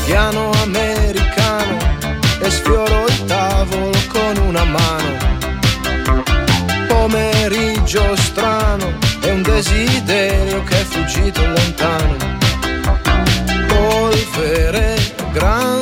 piano americano e sfioro il tavolo con una mano. Pomeriggio strano è un desiderio che è fuggito lontano. Polvere, gran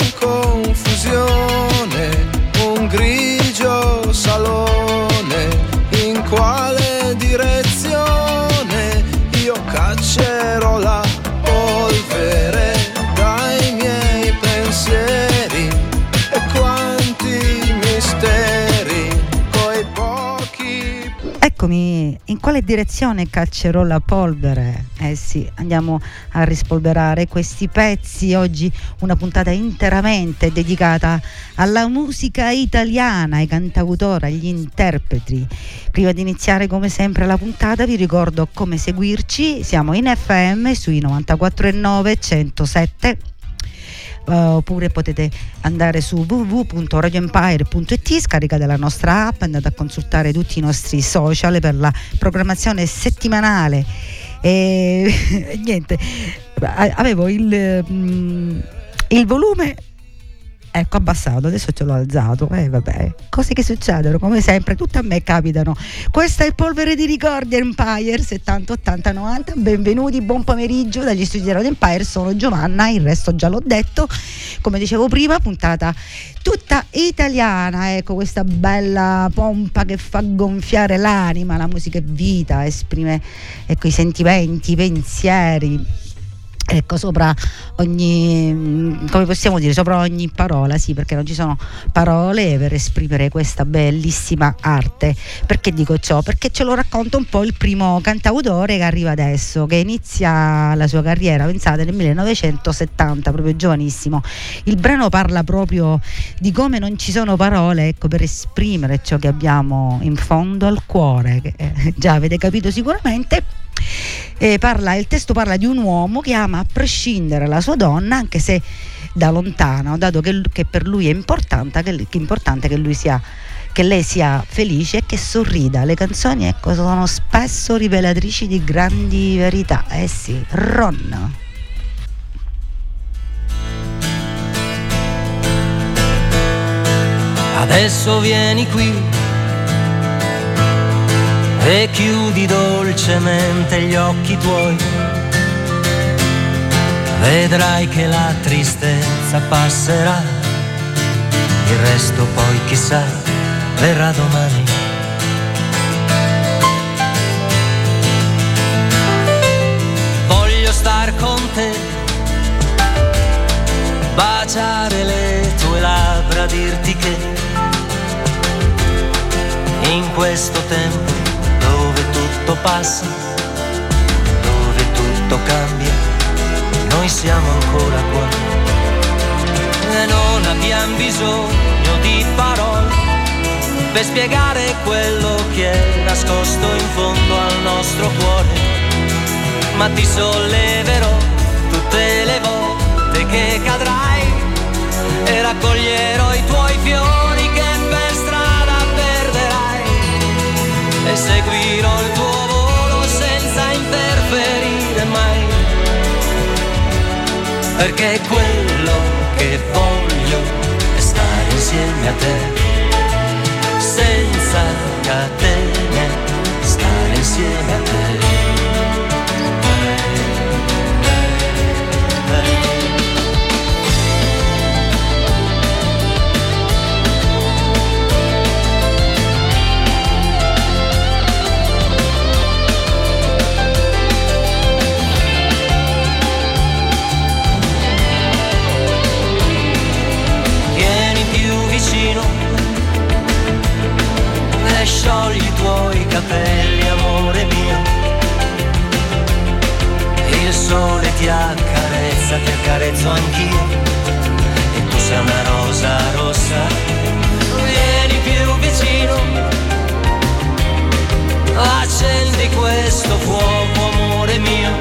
confusione, un grigio salone, in quale direzione io caccerò la polvere dai miei pensieri e quanti misteri coi pochi. Eccomi, in quale direzione caccerò la polvere? Eh sì, andiamo a rispolverare questi pezzi. Oggi una puntata interamente dedicata alla musica italiana, ai cantautori, agli interpreti. Prima di iniziare come sempre la puntata vi ricordo come seguirci. Siamo in FM sui 94.9 107. Oppure potete andare su www.radioempire.it, scaricate la nostra app, andate a consultare tutti i nostri social per la programmazione settimanale. E niente, avevo il volume, ecco, abbassato, adesso ce l'ho alzato. Vabbè, cose che succedono come sempre, tutte a me capitano. Questa è Polvere di ricordi, Empire 70 80 90. Benvenuti, buon pomeriggio dagli studi di Radio Empire. Sono Giovanna, il resto già l'ho detto. Come dicevo prima, puntata tutta italiana, ecco, questa bella pompa che fa gonfiare l'anima. La musica è vita, esprime, ecco, i sentimenti, i pensieri, ecco, sopra ogni, come possiamo dire, sopra ogni parola, sì, perché non ci sono parole per esprimere questa bellissima arte. Perché dico ciò? Perché ce lo racconta un po' il primo cantautore che arriva adesso, che inizia la sua carriera, pensate, nel 1970, proprio giovanissimo. Il brano parla proprio di come non ci sono parole, ecco, per esprimere ciò che abbiamo in fondo al cuore, che già avete capito sicuramente. Il testo parla di un uomo che ama a prescindere la sua donna, anche se da lontano, dato che per lui è importante che lei sia felice e che sorrida. Le canzoni, ecco, sono spesso rivelatrici di grandi verità. Eh sì, Ron. Adesso vieni qui e chiudi dolcemente gli occhi tuoi. Vedrai che la tristezza passerà, il resto poi chissà verrà domani. Voglio star con te, baciare le tue labbra, dirti che in questo tempo dove tutto passa, dove tutto cambia, noi siamo ancora qua. E non abbiamo bisogno di parole per spiegare quello che è nascosto in fondo al nostro cuore. Ma ti solleverò tutte le volte che cadrai e raccoglierò i tuoi fiori che per strada perderai e seguirò il tuo volo senza interferire mai, perché quello che voglio è stare insieme a te, senza catene, stare insieme a te. E sciogli i tuoi capelli, amore mio. Il sole ti accarezza, ti accarezzo anch'io. E tu sei una rosa rossa. Vieni più vicino, accendi questo fuoco, amore mio.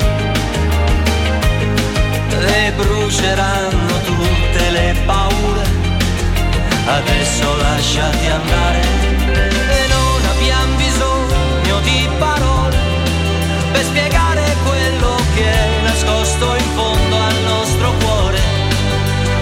E bruceranno tutte le paure. Adesso lasciati andare. Abbiamo bisogno di parole per spiegare quello che è nascosto in fondo al nostro cuore.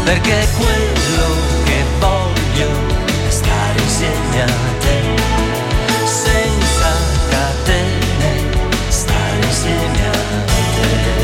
perché quello che voglio è stare insieme a te, senza catene, stare insieme a te.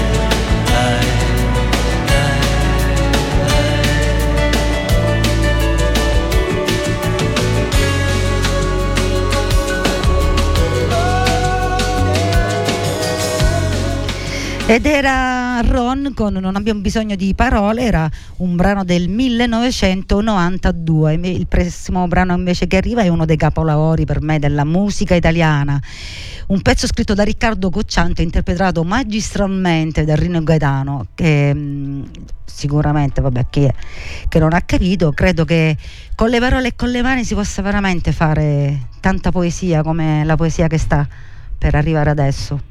Ed era Ron con Non abbiamo bisogno di parole, era un brano del 1992. Il prossimo brano invece che arriva è uno dei capolavori per me della musica italiana, un pezzo scritto da Riccardo Cocciante, interpretato magistralmente da Rino Gaetano, che sicuramente, vabbè, chi è che non ha capito, credo che con le parole e con le mani si possa veramente fare tanta poesia come la poesia che sta per arrivare adesso.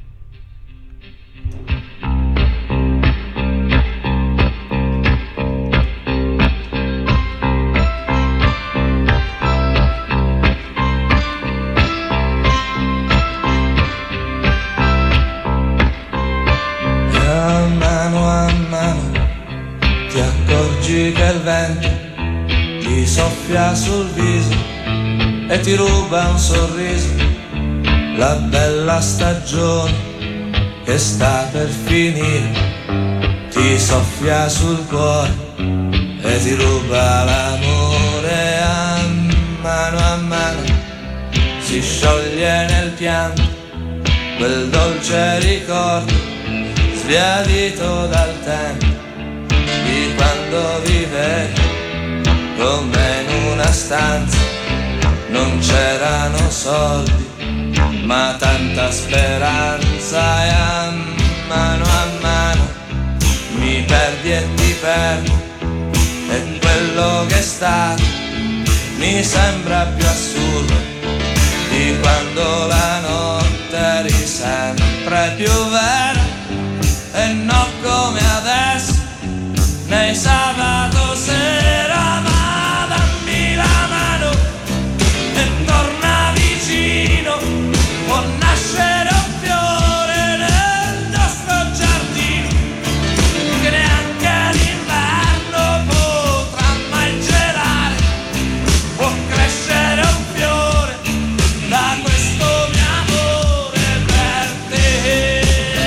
Ti accorgi che il vento ti soffia sul viso e ti ruba un sorriso, la bella stagione che sta per finire, ti soffia sul cuore e ti ruba l'amore. A mano si scioglie nel pianto quel dolce ricordo sbiadito dal tempo di quando vivevi come in una stanza, non c'erano soldi ma tanta speranza, e a mano mi perdi e ti perdo, e quello che è stato mi sembra più assurdo di quando la notte eri sempre più vera, e non come adesso nei sabato sera. Ma dammi la mano e torna vicino, può nascere un fiore nel nostro giardino che neanche l'inverno potrà mai gelare, può crescere un fiore da questo mio amore per te.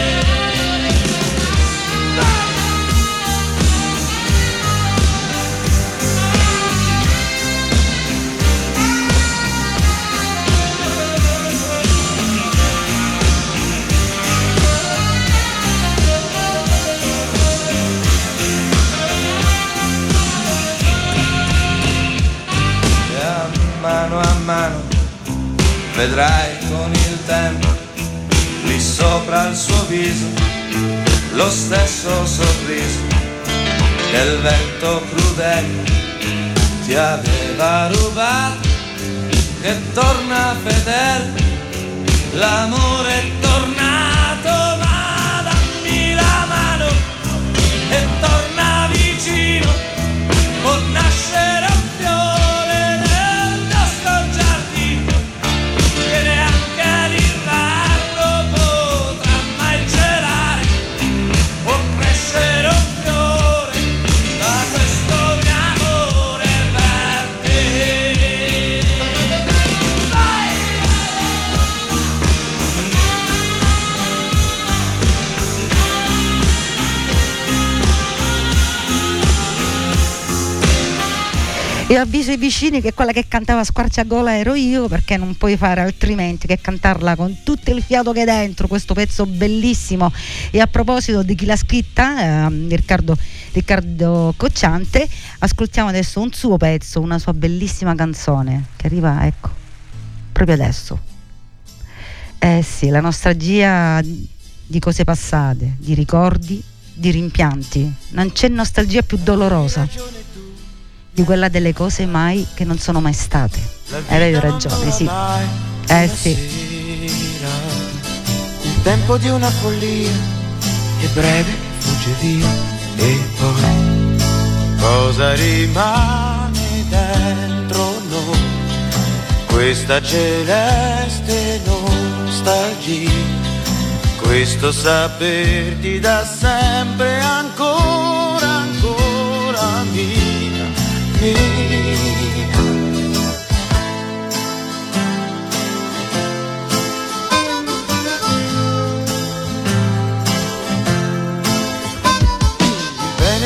A mano vedrai con il tempo lì sopra il suo viso lo stesso sorriso che il vento crudele ti aveva rubato, che torna fedele, l'amore è tornato. Ma dammi la mano e torna vicino, può nascere un fiore nel nostro giardino che neanche l'inverno potrà mai gelare, può crescere un fiore da questo mio amore per te. Vai! E avviso i vicini che quella che cantava a squarciagola ero io, perché non puoi fare altrimenti che cantarla con tutto il fiato che è dentro questo pezzo bellissimo. E a proposito di chi l'ha scritta, Riccardo Cocciante, ascoltiamo adesso un suo pezzo, una sua bellissima canzone che arriva, ecco, proprio adesso. Sì, la nostalgia di cose passate, di ricordi, di rimpianti. Non c'è nostalgia più dolorosa di quella delle cose mai che non sono mai state. Avevi ragione, sì. Sì. Il tempo di una follia che breve fugge via, e poi cosa rimane dentro noi? Questa celeste nostalgia, questo saperti da sempre ancora mio.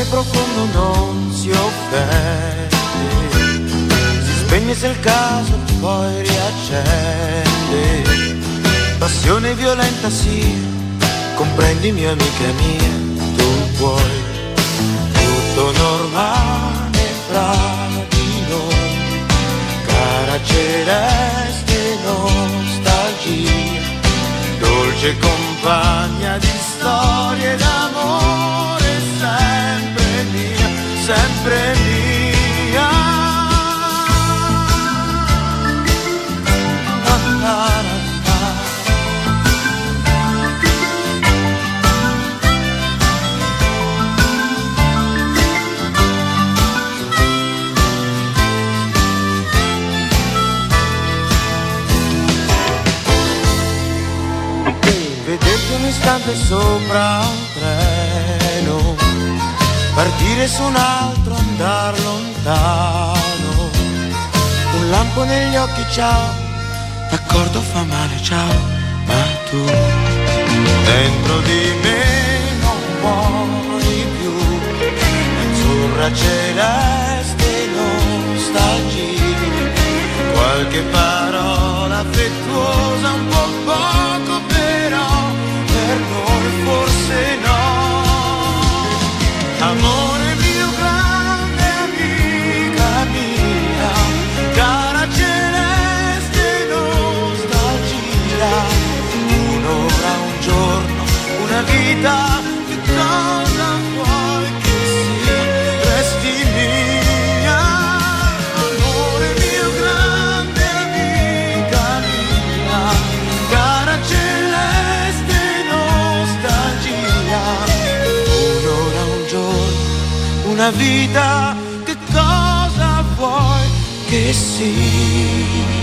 amore profondo non si offende, si spegne se il caso poi riaccende. Passione violenta sì, comprendimi amica mia, tu puoi, tutto normale fra di noi, cara celeste nostalgia, dolce compagna di storie d'amore, sempre mia, sempre mia. Vederti un istante sopra un treno, partire su un altro, andar lontano, un lampo negli occhi, ciao, d'accordo fa male, ciao, ma tu dentro di me non muori più, azzurra celeste nostalgia, qualche parola affettuosa, un po' poco però, per noi forse no. Amore mio, grande amica mia, cara celeste nostalgia, un'ora, un giorno, una vita, che cosa vuoi che sia, resti mia. Amore mio, grande amica mia, cara celeste nostalgia, un'ora, un giorno, una vita, che cosa vuoi che sia.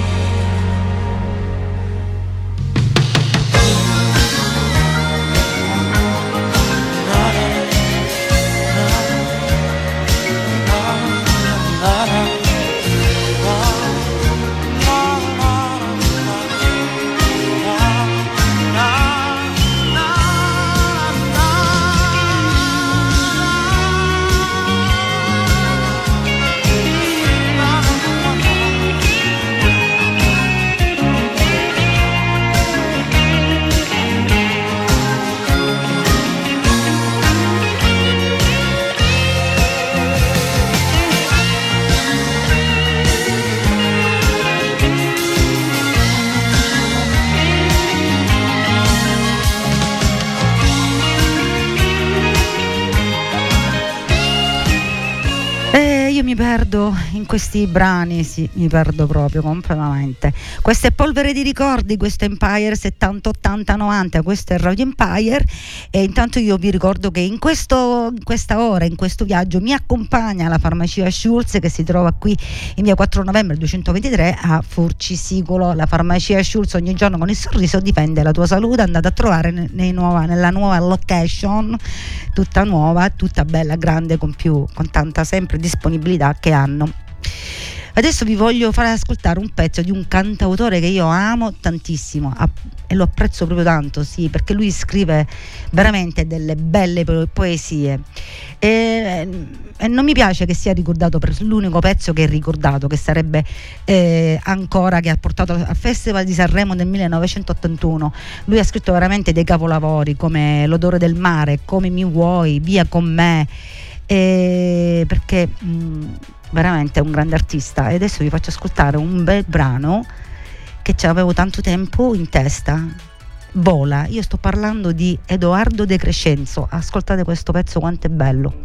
Mi perdo in questi brani, sì, mi perdo proprio completamente. Questa è Polvere di ricordi, questo è Empire 70 80 90, questo è Radio Empire. E intanto io vi ricordo che in questa ora, in questo viaggio, mi accompagna la farmacia Schulz, che si trova qui in via 4 novembre 223 a Forcisicolo. La farmacia Schulz ogni giorno con il sorriso difende la tua salute. Andate a trovare nella nuova location, tutta nuova, tutta bella, grande, con tanta sempre disponibilità che hanno. Adesso vi voglio fare ascoltare un pezzo di un cantautore che io amo tantissimo e lo apprezzo proprio tanto, sì, perché lui scrive veramente delle belle poesie e non mi piace che sia ricordato per l'unico pezzo che è ricordato, che sarebbe Ancora, che ha portato al Festival di Sanremo nel 1981. Lui ha scritto veramente dei capolavori come L'odore del mare, Come mi vuoi, Via con me, perché veramente è un grande artista. E adesso vi faccio ascoltare un bel brano che avevo tanto tempo in testa, Vola. Io sto parlando di Edoardo De Crescenzo. Ascoltate questo pezzo, quanto è bello.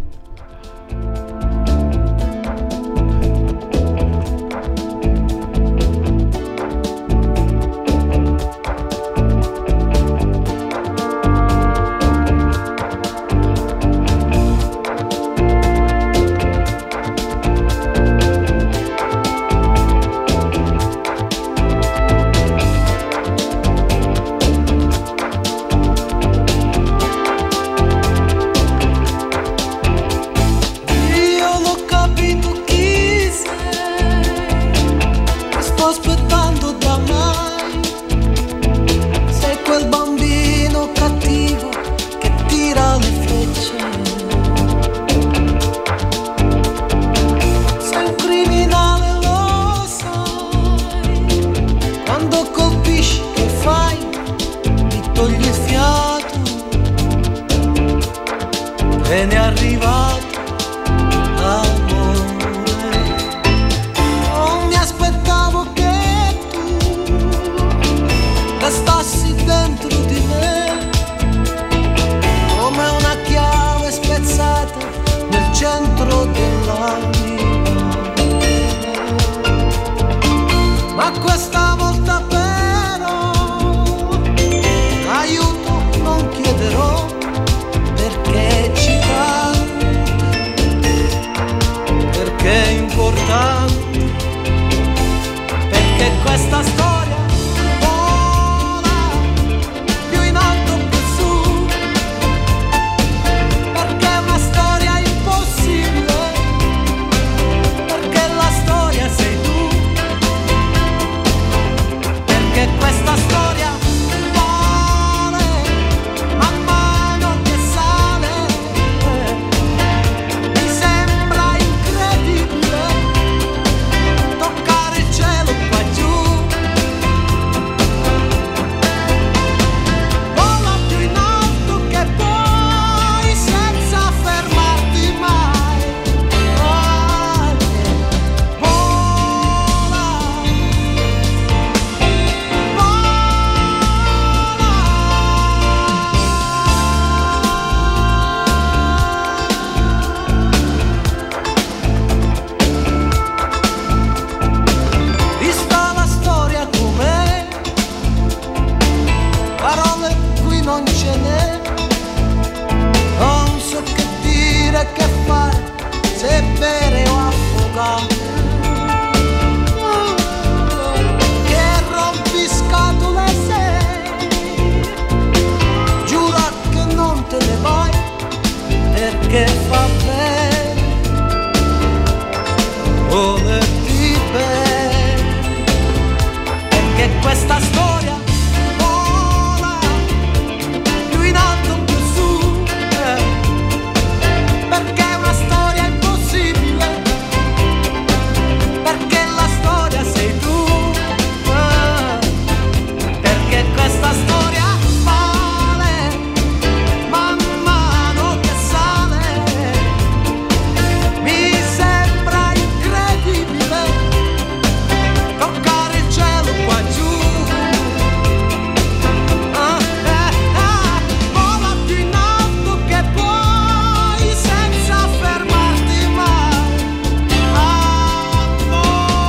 arrivato, amore. Non mi aspettavo che tu restassi dentro di me, come una chiave spezzata nel centro dell'anima. Ma questa volta però aiuto non chiederò, perché ci va, perché è importante, perché questa storia vola più in alto che su, perché è una storia impossibile, perché la storia sei tu, perché questa storia vuole man mano che sale, mi sembra incredibile toccare il cielo qua giù, vola più in alto che puoi senza fermarti mai, vista la storia com'è, parole qui non ce n'è, non so che dire, che fare, se bere o affogare, che rompiscatole sei, giura che non te ne vai, perché fa bene volerti bene, perché questa storia vola più in alto che su, perché è una storia impossibile, perché la storia sei tu, perché questa storia vale man mano che sale, mi sembra incredibile toccare il cielo qua giù, vola più in alto che puoi senza fermarti mai, vola,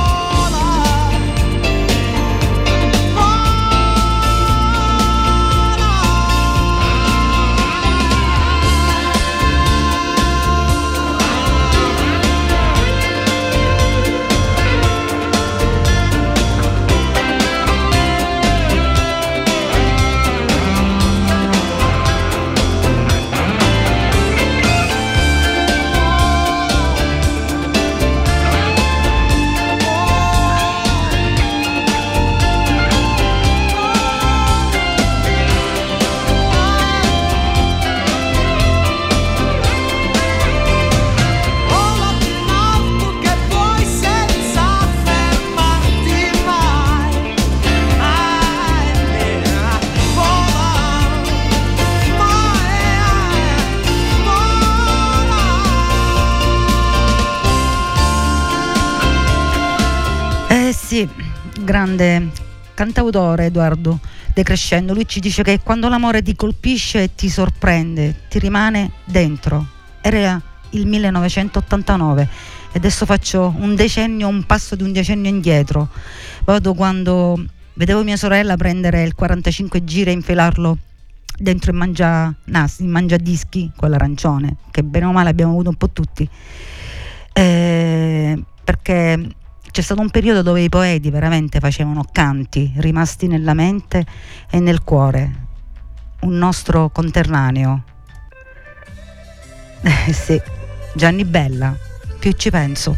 vola più in alto che puoi senza fermarti mai, Sì, grande cantautore Edoardo De Crescendo. Lui ci dice che quando l'amore ti colpisce e ti sorprende, ti rimane dentro. Era il 1989 e adesso faccio un passo di un decennio indietro. Vado quando vedevo mia sorella prendere il 45 giri e infilarlo dentro il mangiadischi, quello arancione, che bene o male abbiamo avuto un po' tutti, perché c'è stato un periodo dove i poeti veramente facevano canti rimasti nella mente e nel cuore. Un nostro conterraneo, sì, Gianni Bella, più ci penso.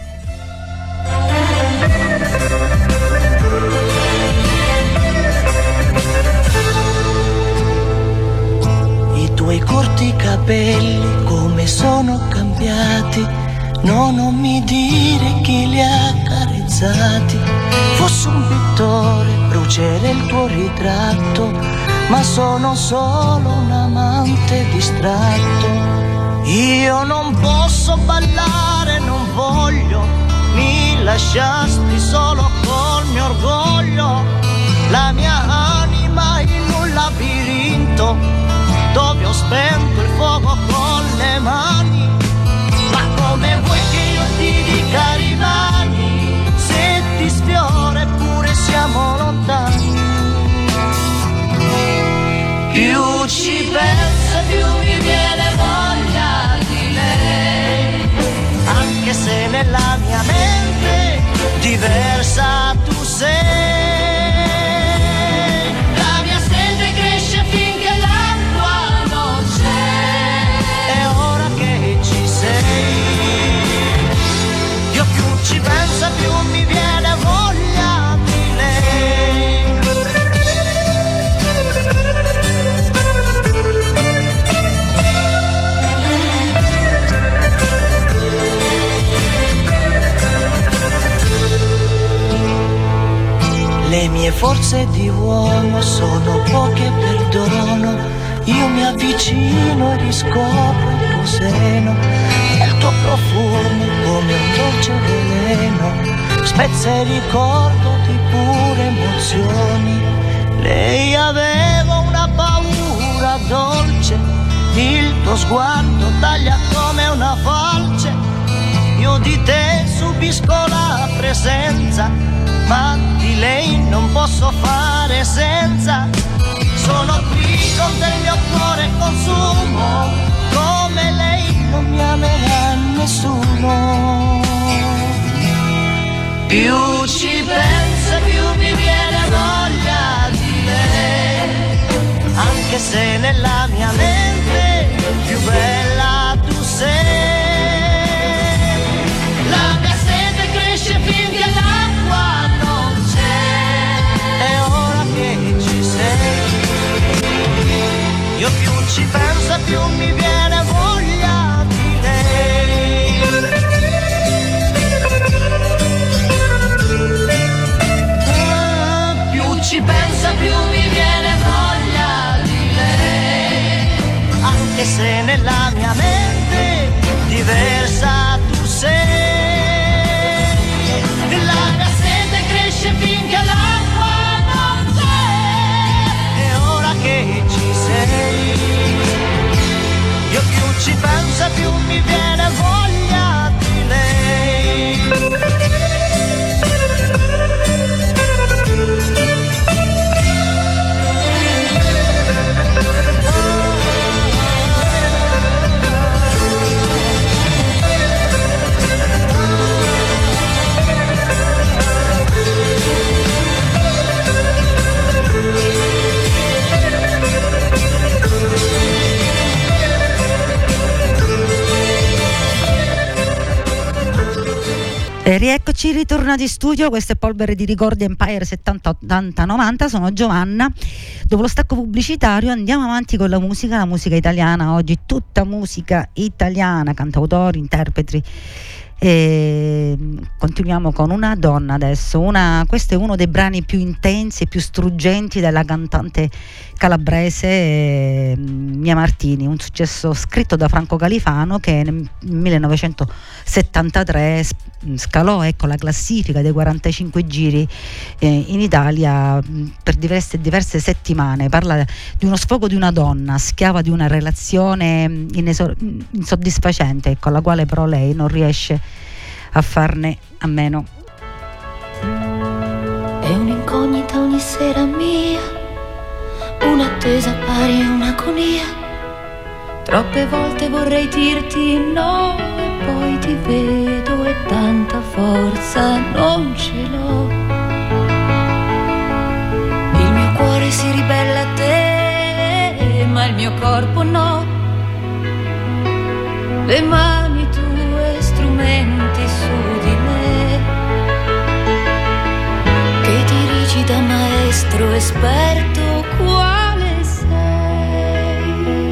I tuoi corti capelli come sono cambiati, no, non mi dire chi li ha accarezzati. Fossi un pittore, brucerei il tuo ritratto, ma sono solo un amante distratto. Io non posso ballare, non voglio, mi lasciasti solo col mio orgoglio, la mia anima in un labirinto dove ho spento il fuoco con le mani. Ma come vuoi che io ti dica rimani, se ti sfiora eppure siamo lontani? Più ci penso più mi viene voglia di lei, anche se nella mia mente diversa tu sei. La mia sete cresce finché l'acqua non c'è, e ora che ci sei, io più ci penso più mi viene voglia di lei. Le mie forze di uomo sono poche e perdono, io mi avvicino e riscopro il tuo seno, e il tuo profumo come un dolce veleno spezza il ricordo di pure emozioni. Lei aveva una paura dolce, il tuo sguardo taglia come una falce, io di te subisco la presenza, ma di lei non posso fare senza. Sono qui con te, il mio cuore consumo, come lei non mi amerà nessuno. Più ci penso più mi viene voglia di lei, anche se nella mia mente più bella tu sei. La mia sete cresce finché l'acqua non c'è, e ora che ci sei, io più ci penso più mi viene voglia di lei. Più ci penso più mi viene voglia di lei, anche se nella mia mente diversa tu sei. La mia sete cresce finché l'acqua non c'è, e ora che ci sei, io più ci penso più mi viene voglia di lei. E rieccoci ritornati in studio, questo è Polvere di Ricordi Empire 70-80-90, sono Giovanna. Dopo lo stacco pubblicitario andiamo avanti con la musica italiana, oggi tutta musica italiana, cantautori, interpreti. E continuiamo con una donna adesso, questo è uno dei brani più intensi e più struggenti della cantante calabrese Mia Martini, un successo scritto da Franco Califano che nel 1973 scalò la classifica dei 45 giri in Italia per diverse settimane. Parla di uno sfogo di una donna schiava di una relazione insoddisfacente, con la quale però lei non riesce a farne a meno. È un'incognita ogni sera mia, un'attesa pari a un'agonia. Troppe volte vorrei dirti no e poi ti vedo e tanta forza non ce l'ho. Il mio cuore si ribella a te, ma il mio corpo no. Le mani tue strumenti su di me, che dirigi da maestro esperto quale sei,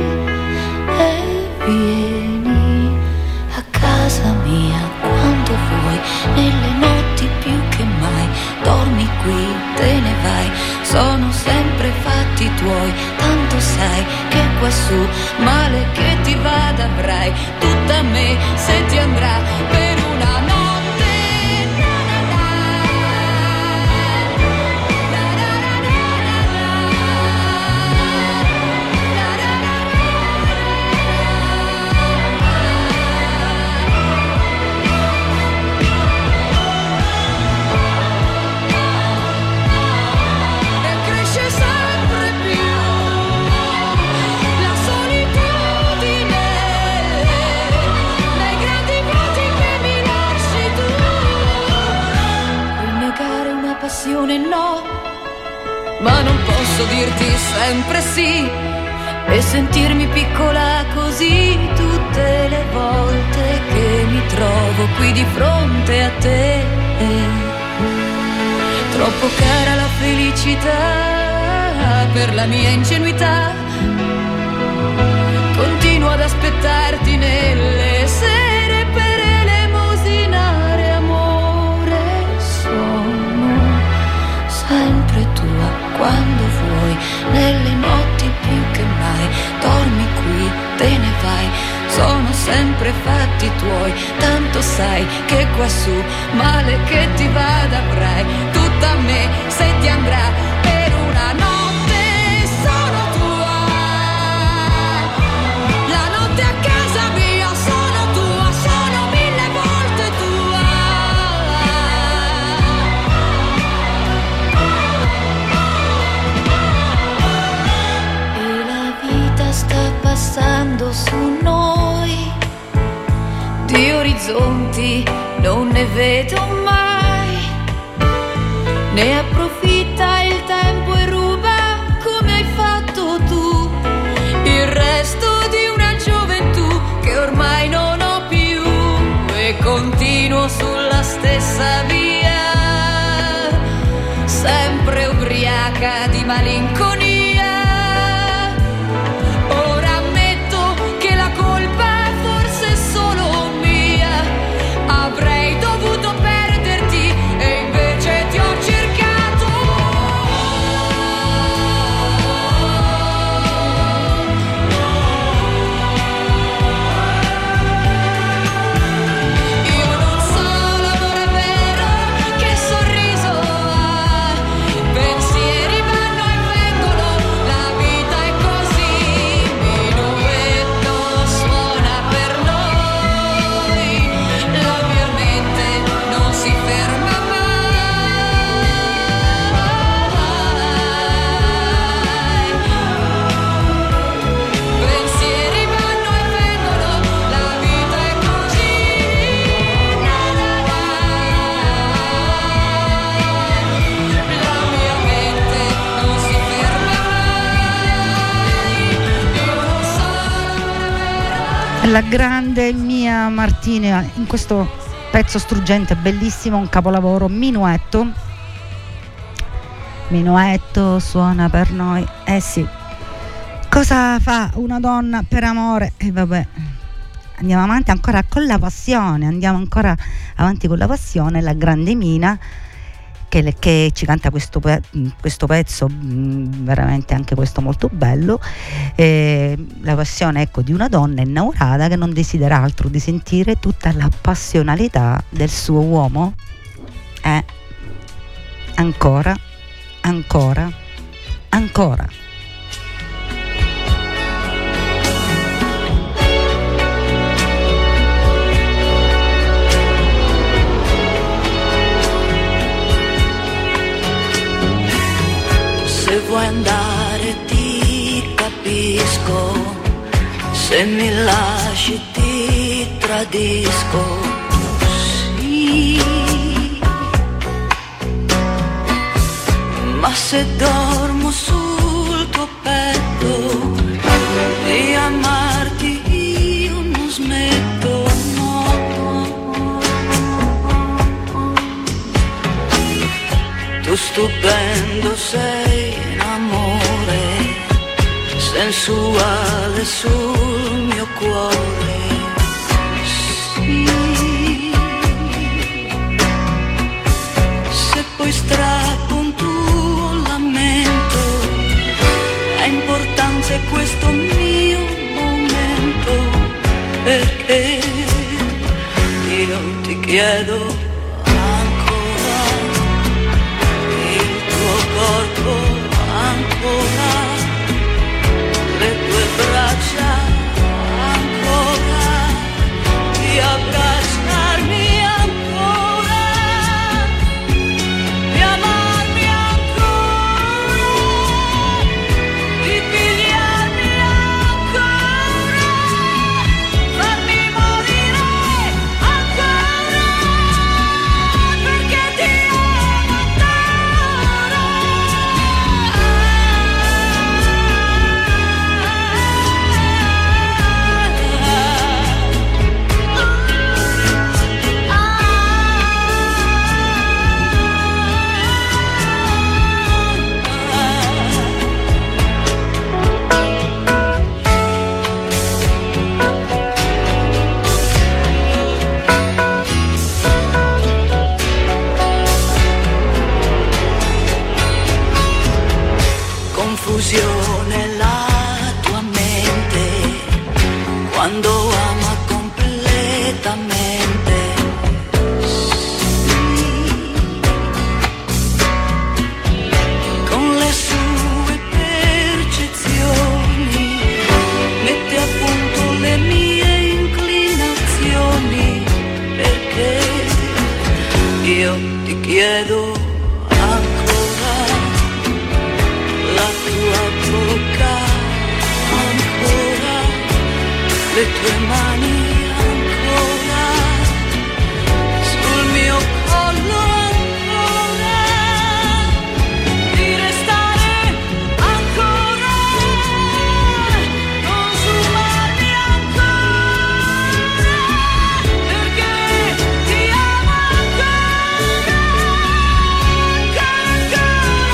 e vieni a casa mia quando vuoi, nelle notti più che mai. Dormi qui, te ne vai, sono sempre fatti tuoi, tanto sai che quassù male che ti vada avrai. ma non posso dirti sempre sì e sentirmi piccola così tutte le volte che mi trovo qui di fronte a te. Troppo cara la felicità per la mia ingenuità, continuo ad aspettarti nelle sere per elemosinare amore. Sono sempre tua quando vuoi, nelle notti più che mai. Dormi qui, te ne vai, sono sempre fatti tuoi. Tanto sai che quassù male che ti vada avrai tutta me se ti andrà per una notte sono tua. La notte a casa mia sono tua, sono 1000 volte tua. E la vita sta passando su noi, di orizzonti non ne vedo mai, ne approfitta il tempo e ruba come hai fatto tu il resto di una gioventù che ormai non ho più, e continuo sulla stessa via, sempre ubriaca di malinconia. Ora ammetto che la colpa forse è solo mia, avrei dovuto perderti e invece ti ho cercato. Io non so l'amore vero, che sorriso ha, pensieri vanno e vengono, la vita è così, minuetto suona per noi, la mia mente non si ferma mai, pensieri vanno e vengono, la vita è così, la mia mente non si ferma mai, io non so l'amore vero. La grande Mia Martini in questo pezzo struggente, bellissimo, un capolavoro, Minuetto. Minuetto suona per noi. Eh sì, cosa fa una donna per amore? E vabbè, andiamo avanti ancora con la passione, andiamo ancora avanti con la passione. La grande Mina che ci canta questo pezzo, veramente anche questo molto bello, la passione, ecco, di una donna innamorata che non desidera altro di sentire tutta la passionalità del suo uomo. Ancora, ancora, ancora. Se vuoi andare ti capisco, se mi lasci ti tradisco. Sì, ma se dormo sul tuo petto di amarti io non smetto, no. Tu stupendo sei in amore, sensuale sul mio cuore. Sì, se poi strappo un tuo lamento, ha importanza questo mio momento, perché io ti chiedo corpo ancora, le tue braccia ancora, di abbracciarmi ancora, di amarmi ancora, di pigliarmi ancora, farmi morire ancora. ti chiedo ancora la tua bocca, ancora le tue mani, ancora sul mio collo, ancora di restare ancora, consumarmi ancora, perché ti amo ancora, ancora,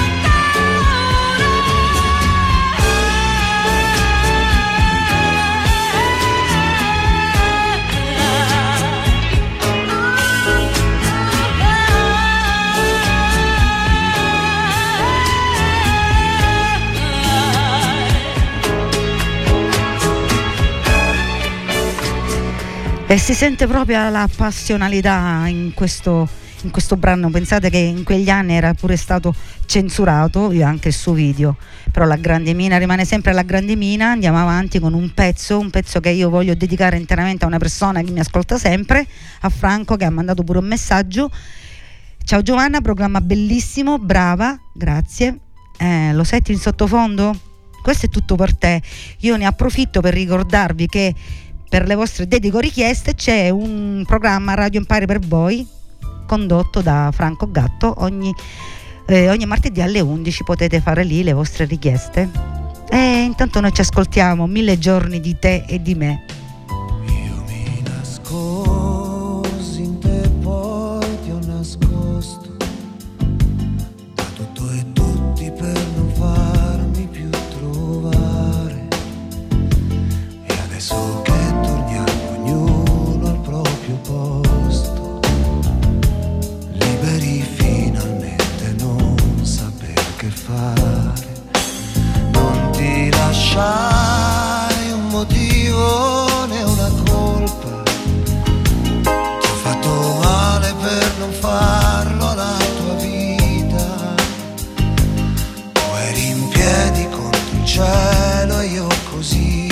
E si sente proprio la passionalità in questo brano. Pensate che in quegli anni era pure stato censurato, io anche il suo video, però la grande mina rimane sempre la grande mina. Andiamo avanti con un pezzo che io voglio dedicare interamente a una persona che mi ascolta sempre, a Franco, che ha mandato pure un messaggio. Ciao Giovanna, programma bellissimo, brava, grazie. Lo senti in sottofondo? Questo è tutto per te. Io ne approfitto per ricordarvi che per le vostre dedico richieste c'è un programma Radio Empire per voi condotto da Franco Gatto ogni martedì alle 11. Potete fare lì le vostre richieste e intanto noi ci ascoltiamo 1000 giorni di te e di me. Io mi nascosi in te, poi ti ho nascosto da tutto e tutti per non farmi più trovare, e adesso che ognuno al proprio posto, liberi finalmente, non saper che fare, non ti lasciare un motivo né una colpa, ti ho fatto male per non farlo alla tua vita, tu eri in piedi contro il cielo e io così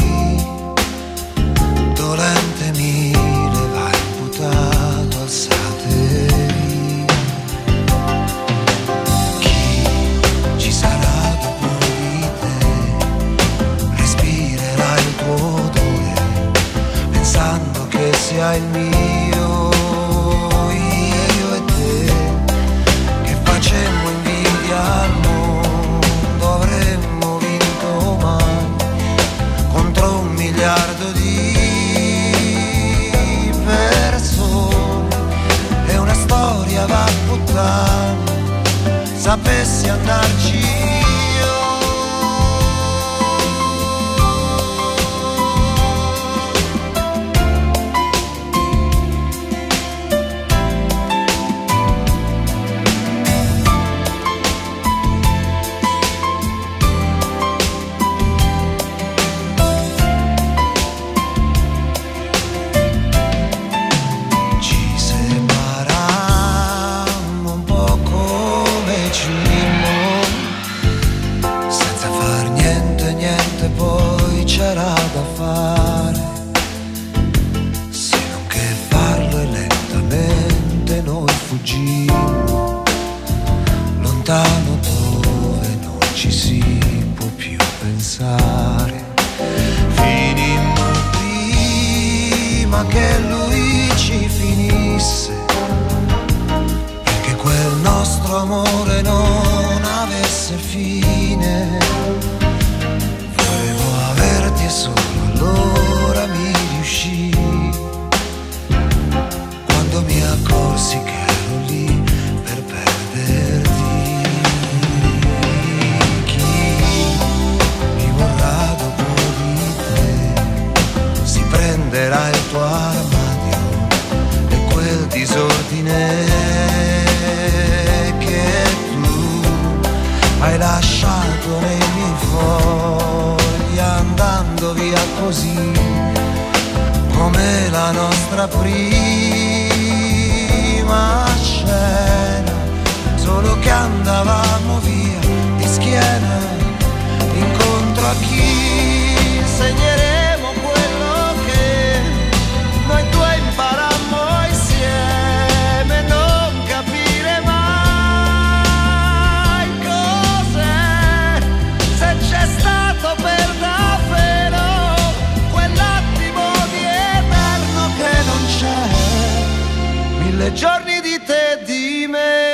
dolente mi levai imputato, alzatevi. Chi ci sarà dopo di te? Respirerà il tuo odore, pensando che sia il mio, io e te, che facemmo invidia al mondo, avremmo vinto mai contro 1 miliardo di persone, e una storia va a puttane, sapessi andarci io. Lontano dove non ci si può più pensare, finimmo prima che lui ci finisse, perché quel nostro amore non avesse fine. Volevo averti e solo allora mi riuscì, quando mi accorsi che ero lì per perderti. Prenderà il tuo armadio e quel disordine che tu hai lasciato nei miei fogli, andando via così come la nostra prima scena, solo che andavamo via di schiena incontro a chi insegneremo quello che noi due imparammo insieme, non capire mai 1000 giorni di te e di me.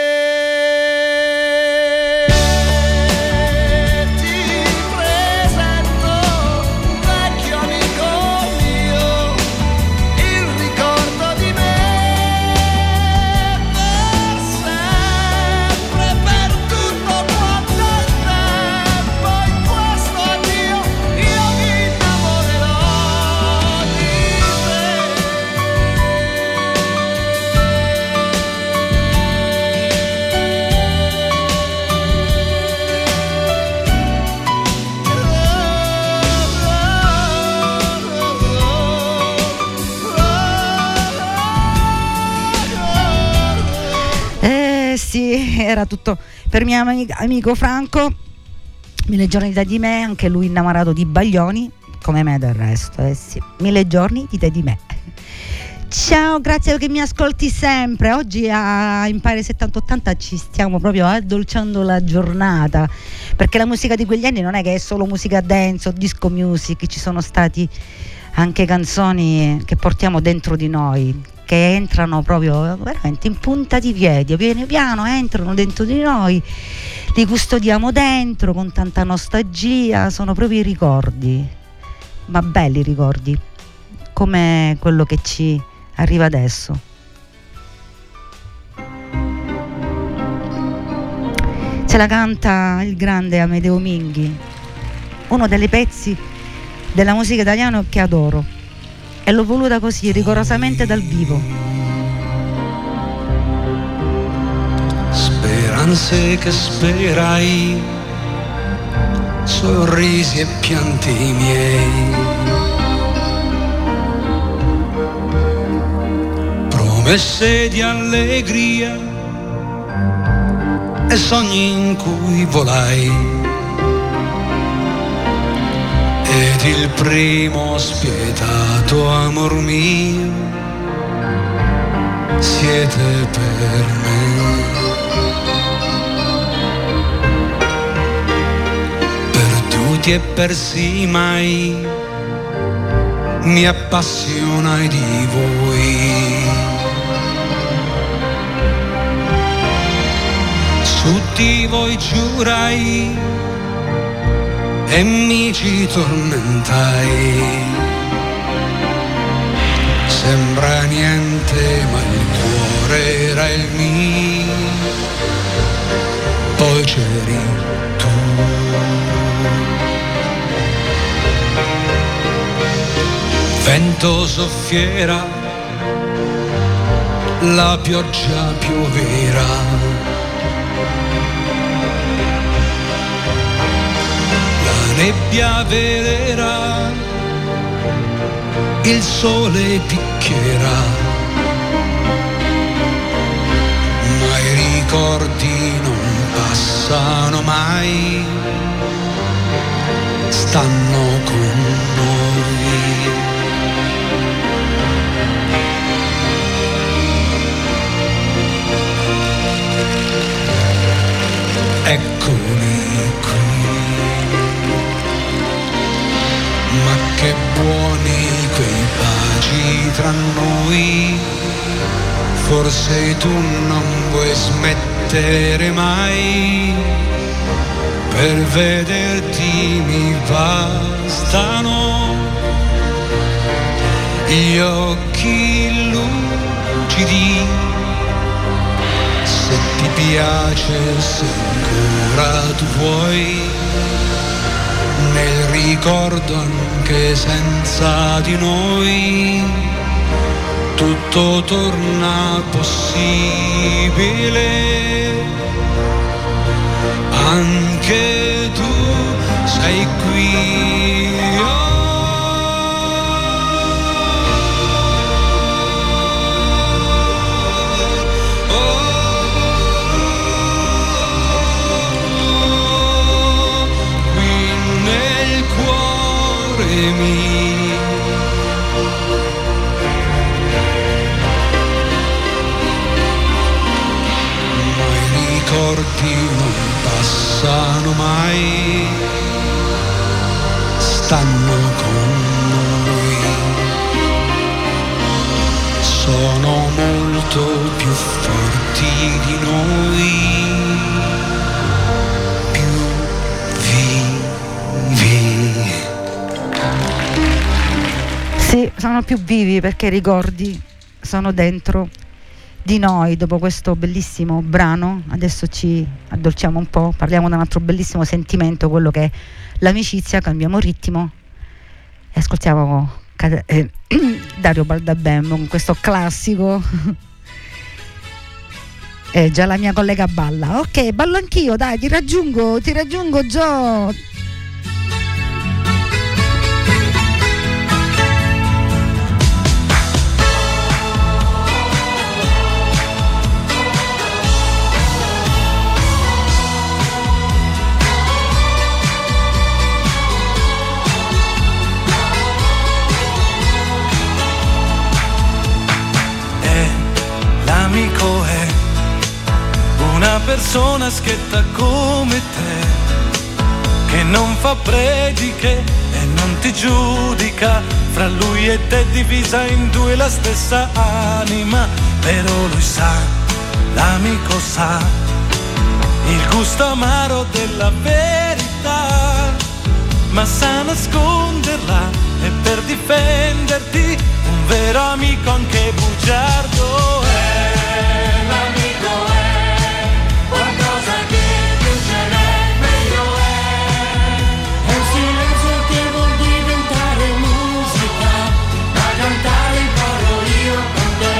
Sì, era tutto per mio amico Franco. 1000 giorni da di me, anche lui innamorato di Baglioni, come me del resto, sì. 1000 giorni di te e di me. Ciao, grazie che mi ascolti sempre. Oggi a Impare 70-80 ci stiamo proprio addolciando la giornata, perché la musica di quegli anni non è che è solo musica dance o disco music, ci sono stati anche canzoni che portiamo dentro di noi, che entrano proprio veramente in punta di piedi, piano piano entrano dentro di noi, li custodiamo dentro con tanta nostalgia, sono proprio i ricordi, ma belli ricordi, come quello che ci arriva adesso. Ce la canta il grande Amedeo Minghi, uno dei pezzi della musica italiana che adoro, e l'ho voluta così, rigorosamente dal vivo. Speranze che sperai, sorrisi e pianti miei, promesse di allegria e sogni in cui volai. Ed il primo spietato amor mio siete per me. Perduti e persi mai mi appassionai di voi. Su di voi giurai e mi ci tormentai. Sembra niente ma il cuore era il mio, poi c'eri tu. Vento soffiera, la pioggia piovera, nebbia velerà, il sole picchierà, ma i ricordi non passano mai, stanno con noi. Eccoli qui, ma che buoni quei baci tra noi, forse tu non vuoi smettere mai, per vederti mi bastano gli occhi lucidi, se ti piace, se ancora tu vuoi, nel ricordo anche senza di noi, tutto torna possibile, anche tu sei qui. Ricordi non passano mai, stanno sono molto più forti di noi, più vivi. Sì, sono più vivi perché i ricordi sono dentro di noi. Dopo questo bellissimo brano adesso ci addolciamo un po', parliamo di un altro bellissimo sentimento, quello che è l'amicizia. Cambiamo ritmo e ascoltiamo Dario Baldabem con questo classico. Già la mia collega balla. Ok, ballo anch'io, dai, ti raggiungo Gio. L'amico è una persona schietta come te, che non fa prediche e non ti giudica. Fra lui e te divisa in due la stessa anima, però lui sa, l'amico sa, il gusto amaro della verità, ma sa nasconderla e per difenderti un vero amico anche bugiardo è. L'amico è qualcosa che più ce n'è, meglio è un silenzio che vuol diventare musica, da cantare in coro io con te.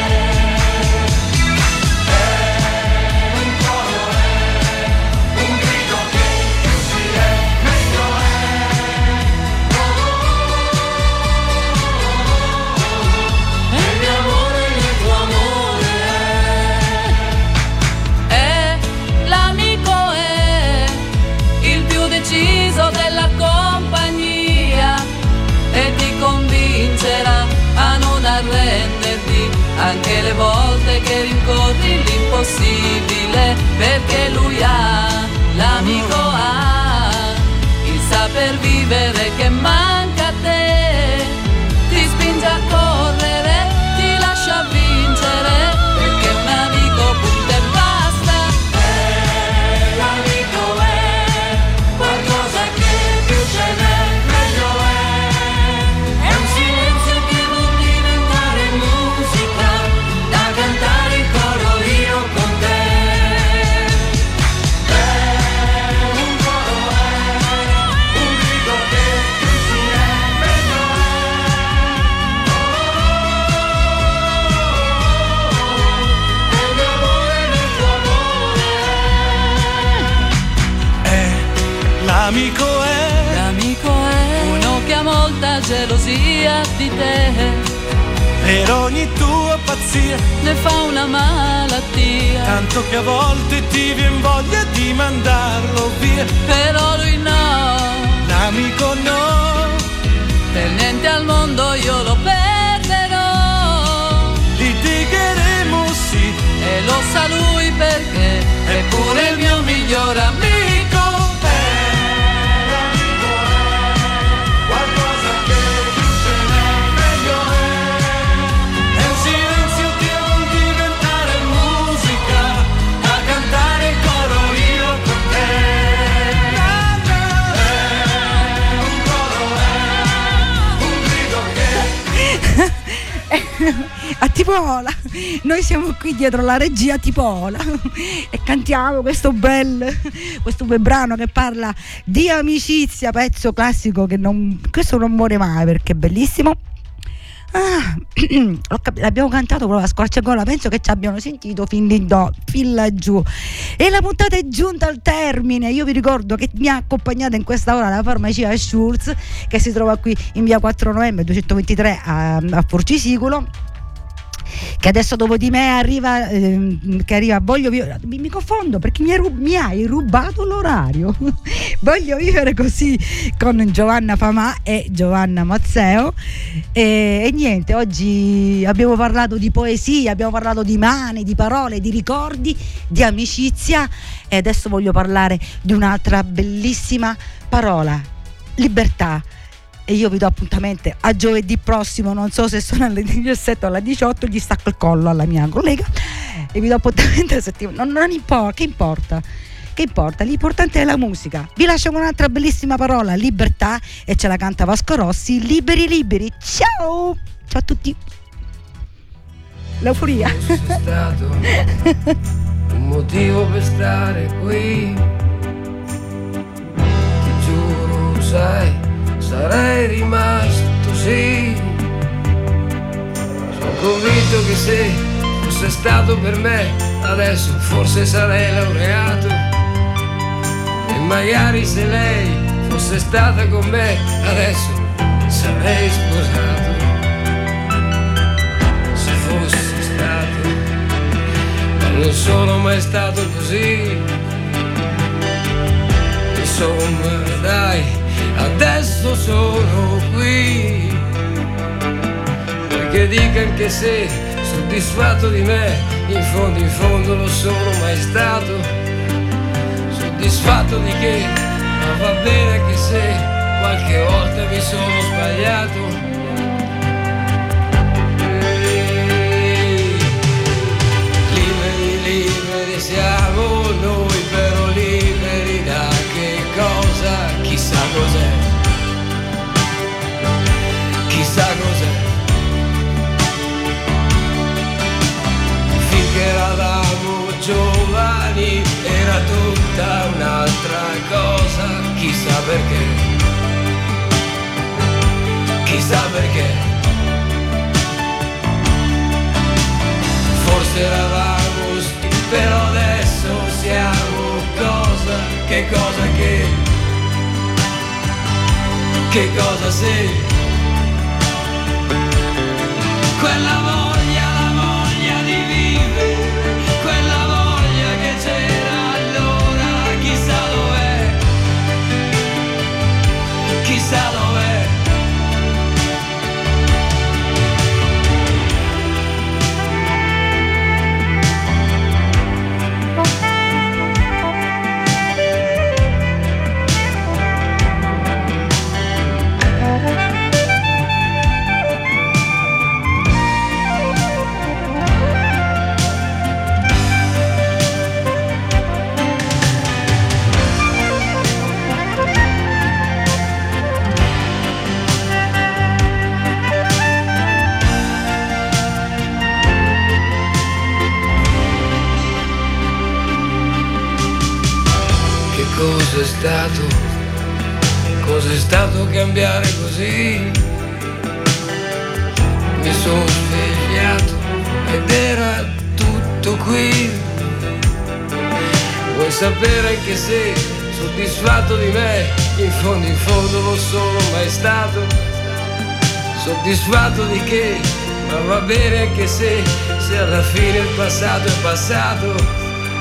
Un coro è un grido che più si è, meglio è. E il mio amore nel tuo amore è l'amico, è il più deciso della compagnia e ti convincerà a non arrenderti anche le volte che rincorri l'impossibile, perché lui ha, l'amico ha il saper vivere che manca a te, ti spinge a correre, ti lascia vincere, perché un amico punta e basta. l'amico è qualcosa che più ce n'è, meglio è un silenzio che vuol diventare musica, da cantare in coro io con te. Un coro è un grido che più si è, meglio è. E il mio amore nel tuo amore l'amico è Uno che ha molta gelosia di te, per ogni tua pazzia, ne fa una malattia, tanto che a volte ti vien voglia di mandarlo via. però lui no, L'amico no, per niente al mondo io lo perderò, litigheremo sì, e lo sa lui perché è pure il mio miglior amico. L'amico è qualcosa che più ce n'è, meglio è un silenzio che vuol diventare musica, da cantare in coro io con te. Un coro è un grido che A Tipola, noi siamo qui dietro la regia Tipola e cantiamo questo bel brano che parla di amicizia, pezzo classico che questo non muore mai perché è bellissimo. L'abbiamo cantato proprio a squarciagola, penso che ci abbiano sentito fin laggiù e la puntata è giunta al termine. Io vi ricordo che mi ha accompagnata in questa ora la farmacia Schulz, che si trova qui in via 4 novembre 223 a Forcisiculo, che adesso dopo di me arriva mi confondo perché mi hai rubato l'orario. Voglio vivere così con Giovanna Famà e Giovanna Mazzeo e niente, oggi abbiamo parlato di poesia, abbiamo parlato di mani, di parole, di ricordi, di amicizia e adesso voglio parlare di un'altra bellissima parola: libertà. e io vi do appuntamento a giovedì prossimo, non so se sono alle 17 o alle 18, gli stacco il collo alla mia collega e vi do appuntamento a settimana. Non importa, che importa, l'importante è la musica. Vi lascio con un'altra bellissima parola, libertà, e ce la canta Vasco Rossi, liberi liberi. Ciao a tutti. L'euforia. Fosse stato un motivo per stare qui, ti giuro, sai, sarei rimasto, sì. Sono convinto che se fosse stato per me, adesso forse sarei laureato. E magari se lei fosse stata con me, adesso sarei sposato. Se fosse stato, ma non sono mai stato così. Insomma, dai, adesso sono qui. Perché dica che sei soddisfatto di me, in fondo lo sono mai stato. Soddisfatto di che, ma va bene anche se qualche volta mi sono sbagliato. Liberi siamo noi, però liberi da che cosa? Chissà cos'è, chissà cos'è. Finché eravamo giovani era tutta un'altra cosa, chissà perché, chissà perché. Forse eravamo però adesso siamo cosa, che cosa che cosa sei? Quella voglia, la voglia di vivere, quella voglia che c'era allora, chissà dov'è, chissà dov'è. Cos'è stato cambiare così? Mi sono svegliato ed era tutto qui. Vuoi sapere anche se soddisfatto di me? In fondo lo sono mai stato. Soddisfatto di che? Ma va bene anche se alla fine il passato è passato.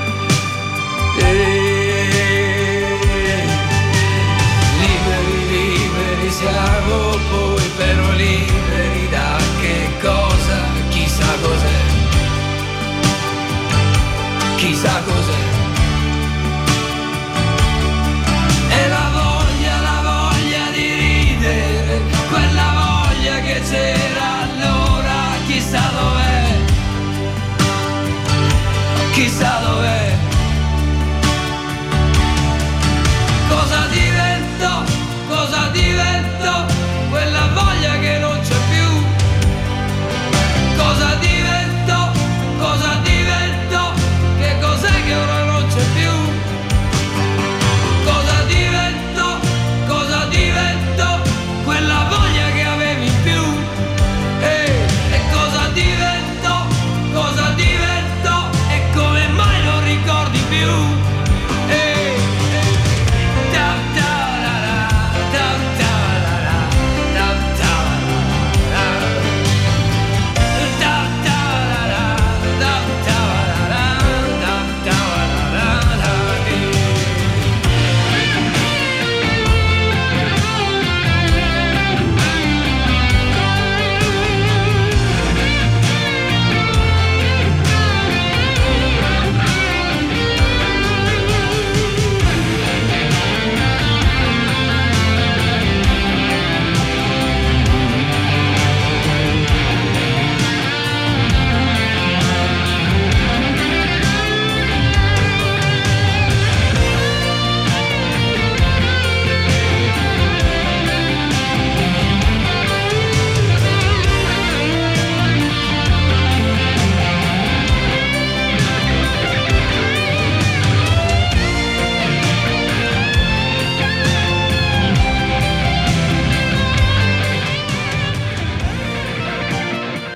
Liberi siamo poi, però liberi da che cosa? Chissà cos'è, chissà cos'è. E la voglia di ridere, quella voglia che c'era allora, chissà dov'è, chissà